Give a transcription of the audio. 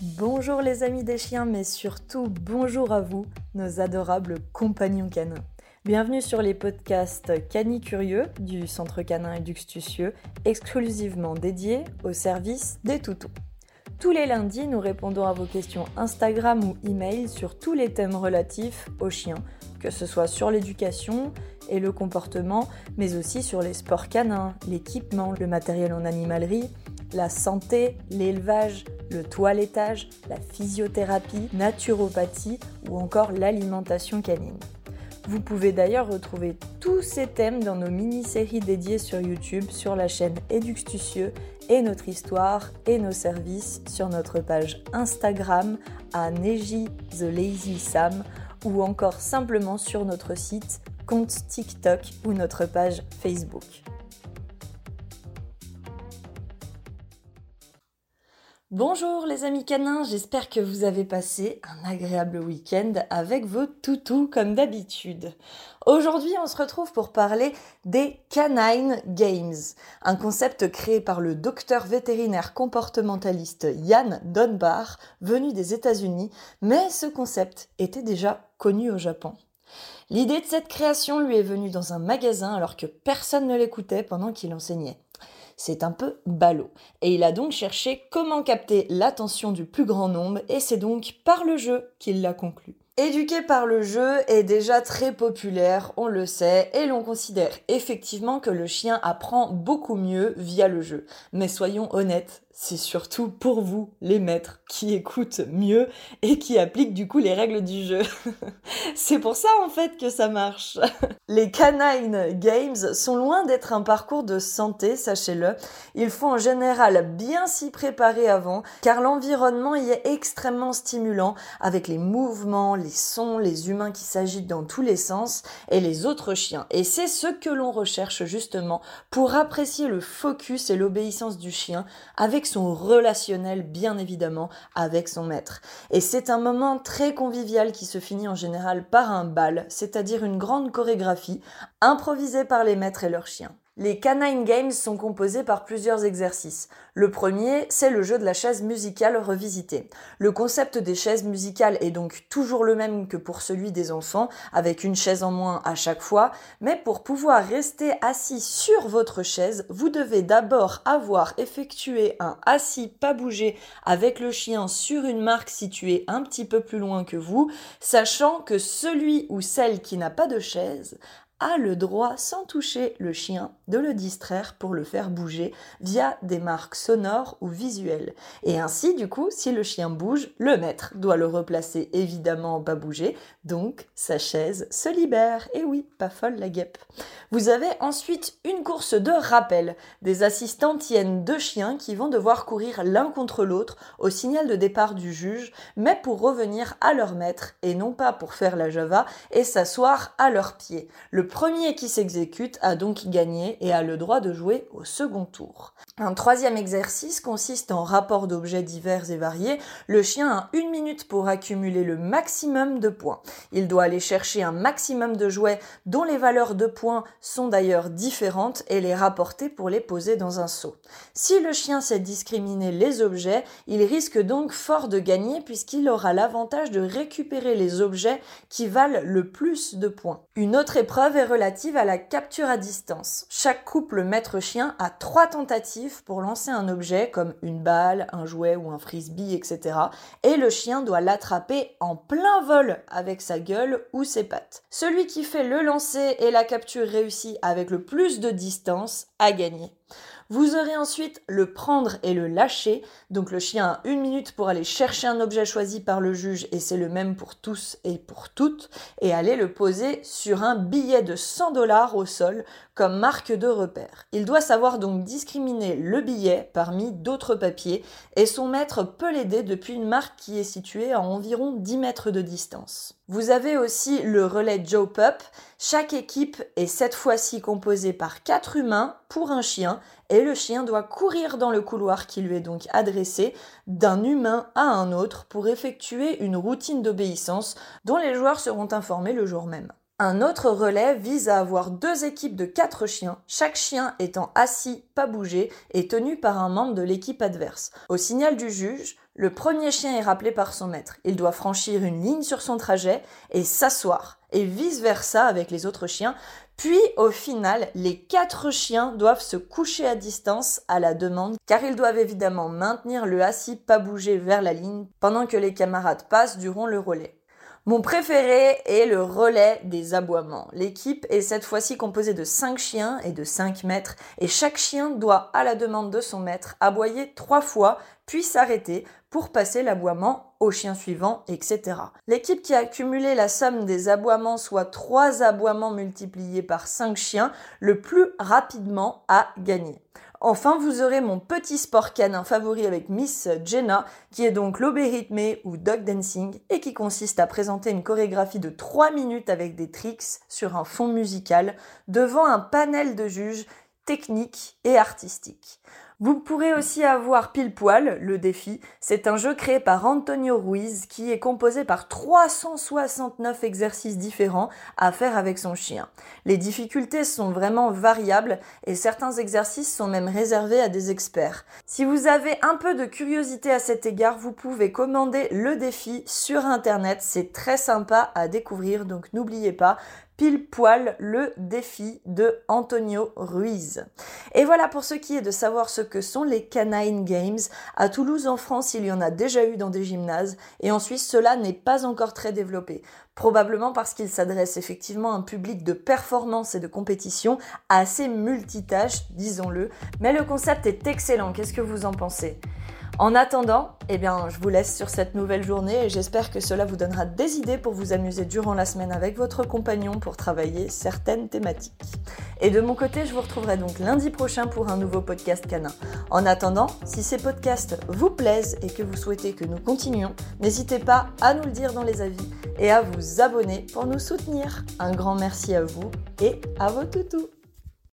Bonjour les amis des chiens, mais surtout bonjour à vous, nos adorables compagnons canins. Bienvenue sur les podcasts Canicurieux du Centre Canin Eduxtucieux, exclusivement dédiés au service des toutous. Tous les lundis, nous répondons à vos questions Instagram ou email sur tous les thèmes relatifs aux chiens, que ce soit sur l'éducation et le comportement, mais aussi sur les sports canins, l'équipement, le matériel en animalerie, la santé, l'élevage, le toilettage, la physiothérapie, naturopathie ou encore l'alimentation canine. Vous pouvez d'ailleurs retrouver tous ces thèmes dans nos mini-séries dédiées sur YouTube, sur la chaîne Eduxtucieux et notre histoire et nos services sur notre page Instagram à Neji the Lazy Sam ou encore simplement sur notre site, compte TikTok ou notre page Facebook. Bonjour les amis canins, j'espère que vous avez passé un agréable week-end avec vos toutous comme d'habitude. Aujourd'hui, on se retrouve pour parler des Canine Games, un concept créé par le docteur vétérinaire comportementaliste Ian Dunbar, venu des États-Unis, mais ce concept était déjà connu au Japon. L'idée de cette création lui est venue dans un magasin alors que personne ne l'écoutait pendant qu'il enseignait. C'est un peu ballot. Et il a donc cherché comment capter l'attention du plus grand nombre et c'est donc par le jeu qu'il l'a conclu. Éduquer par le jeu est déjà très populaire, on le sait, et l'on considère effectivement que le chien apprend beaucoup mieux via le jeu. Mais soyons honnêtes, c'est surtout pour vous, les maîtres, qui écoutent mieux et qui appliquent du coup les règles du jeu. C'est pour ça en fait que ça marche. Les Canine Games sont loin d'être un parcours de santé, sachez-le. Il faut en général bien s'y préparer avant, car l'environnement y est extrêmement stimulant, avec les mouvements, les sons, les humains qui s'agitent dans tous les sens, et les autres chiens. Et c'est ce que l'on recherche justement pour apprécier le focus et l'obéissance du chien, avec son relationnel bien évidemment avec son maître. Et c'est un moment très convivial qui se finit en général par un bal, c'est-à-dire une grande chorégraphie improvisée par les maîtres et leurs chiens. Les Canine Games sont composés par plusieurs exercices. Le premier, c'est le jeu de la chaise musicale revisitée. Le concept des chaises musicales est donc toujours le même que pour celui des enfants, avec une chaise en moins à chaque fois, mais pour pouvoir rester assis sur votre chaise, vous devez d'abord avoir effectué un assis pas bouger avec le chien sur une marque située un petit peu plus loin que vous, sachant que celui ou celle qui n'a pas de chaise a le droit, sans toucher le chien, de le distraire pour le faire bouger via des marques sonores ou visuelles. Et ainsi, du coup, si le chien bouge, le maître doit le replacer évidemment pas bouger, donc sa chaise se libère. Et oui, pas folle la guêpe. Vous avez ensuite une course de rappel. Des assistants tiennent deux chiens qui vont devoir courir l'un contre l'autre au signal de départ du juge, mais pour revenir à leur maître et non pas pour faire la java et s'asseoir à leurs pieds. Le premier qui s'exécute a donc gagné et a le droit de jouer au second tour. Un troisième exercice consiste en rapport d'objets divers et variés. Le chien a 1 minute pour accumuler le maximum de points. Il doit aller chercher un maximum de jouets dont les valeurs de points sont d'ailleurs différentes et les rapporter pour les poser dans un seau. Si le chien sait discriminer les objets, il risque donc fort de gagner puisqu'il aura l'avantage de récupérer les objets qui valent le plus de points. Une autre épreuve est relative à la capture à distance. Chaque couple maître-chien a 3 tentatives pour lancer un objet comme une balle, un jouet ou un frisbee, etc. Et le chien doit l'attraper en plein vol avec sa gueule ou ses pattes. Celui qui fait le lancer et la capture réussie avec le plus de distance a gagné. Vous aurez ensuite le prendre et le lâcher. Donc le chien a 1 minute pour aller chercher un objet choisi par le juge et c'est le même pour tous et pour toutes et aller le poser sur un billet de 100$ au sol comme marque de repère. Il doit savoir donc discriminer le billet parmi d'autres papiers et son maître peut l'aider depuis une marque qui est située à environ 10 mètres de distance. Vous avez aussi le relais Joe Pup. Chaque équipe est cette fois-ci composée par 4 humains pour un chien et le chien doit courir dans le couloir qui lui est donc adressé d'un humain à un autre pour effectuer une routine d'obéissance dont les joueurs seront informés le jour même. Un autre relais vise à avoir 2 équipes de 4 chiens, chaque chien étant assis, pas bougé, et tenu par un membre de l'équipe adverse. Au signal du juge, le premier chien est rappelé par son maître. Il doit franchir une ligne sur son trajet et s'asseoir, et vice-versa avec les autres chiens. Puis, au final, les 4 chiens doivent se coucher à distance à la demande, car ils doivent évidemment maintenir le assis pas bougé vers la ligne pendant que les camarades passent durant le relais. Mon préféré est le relais des aboiements. L'équipe est cette fois-ci composée de 5 chiens et de 5 maîtres, et chaque chien doit, à la demande de son maître, aboyer 3 fois, puis s'arrêter pour passer l'aboiement au chien suivant, etc. L'équipe qui a accumulé la somme des aboiements, soit 3 aboiements multipliés par 5 chiens, le plus rapidement a gagné. Enfin, vous aurez mon petit sport canin favori avec Miss Jenna, qui est donc l'obé rythmé ou dog dancing, et qui consiste à présenter une chorégraphie de 3 minutes avec des tricks sur un fond musical, devant un panel de juges techniques et artistiques. Vous pourrez aussi avoir Pile Poil, le défi. C'est un jeu créé par Antonio Ruiz qui est composé par 369 exercices différents à faire avec son chien. Les difficultés sont vraiment variables et certains exercices sont même réservés à des experts. Si vous avez un peu de curiosité à cet égard, vous pouvez commander le défi sur internet. C'est très sympa à découvrir, donc n'oubliez pas. Pile Poil, le défi de Antonio Ruiz. Et voilà pour ce qui est de savoir ce que sont les Canine Games. À Toulouse, en France, il y en a déjà eu dans des gymnases, et en Suisse, cela n'est pas encore très développé. Probablement parce qu'il s'adresse effectivement à un public de performance et de compétition assez multitâche, disons-le. Mais le concept est excellent, qu'est-ce que vous en pensez ? En attendant, je vous laisse sur cette nouvelle journée et j'espère que cela vous donnera des idées pour vous amuser durant la semaine avec votre compagnon pour travailler certaines thématiques. Et de mon côté, je vous retrouverai donc lundi prochain pour un nouveau podcast canin. En attendant, si ces podcasts vous plaisent et que vous souhaitez que nous continuions, n'hésitez pas à nous le dire dans les avis et à vous abonner pour nous soutenir. Un grand merci à vous et à vos toutous.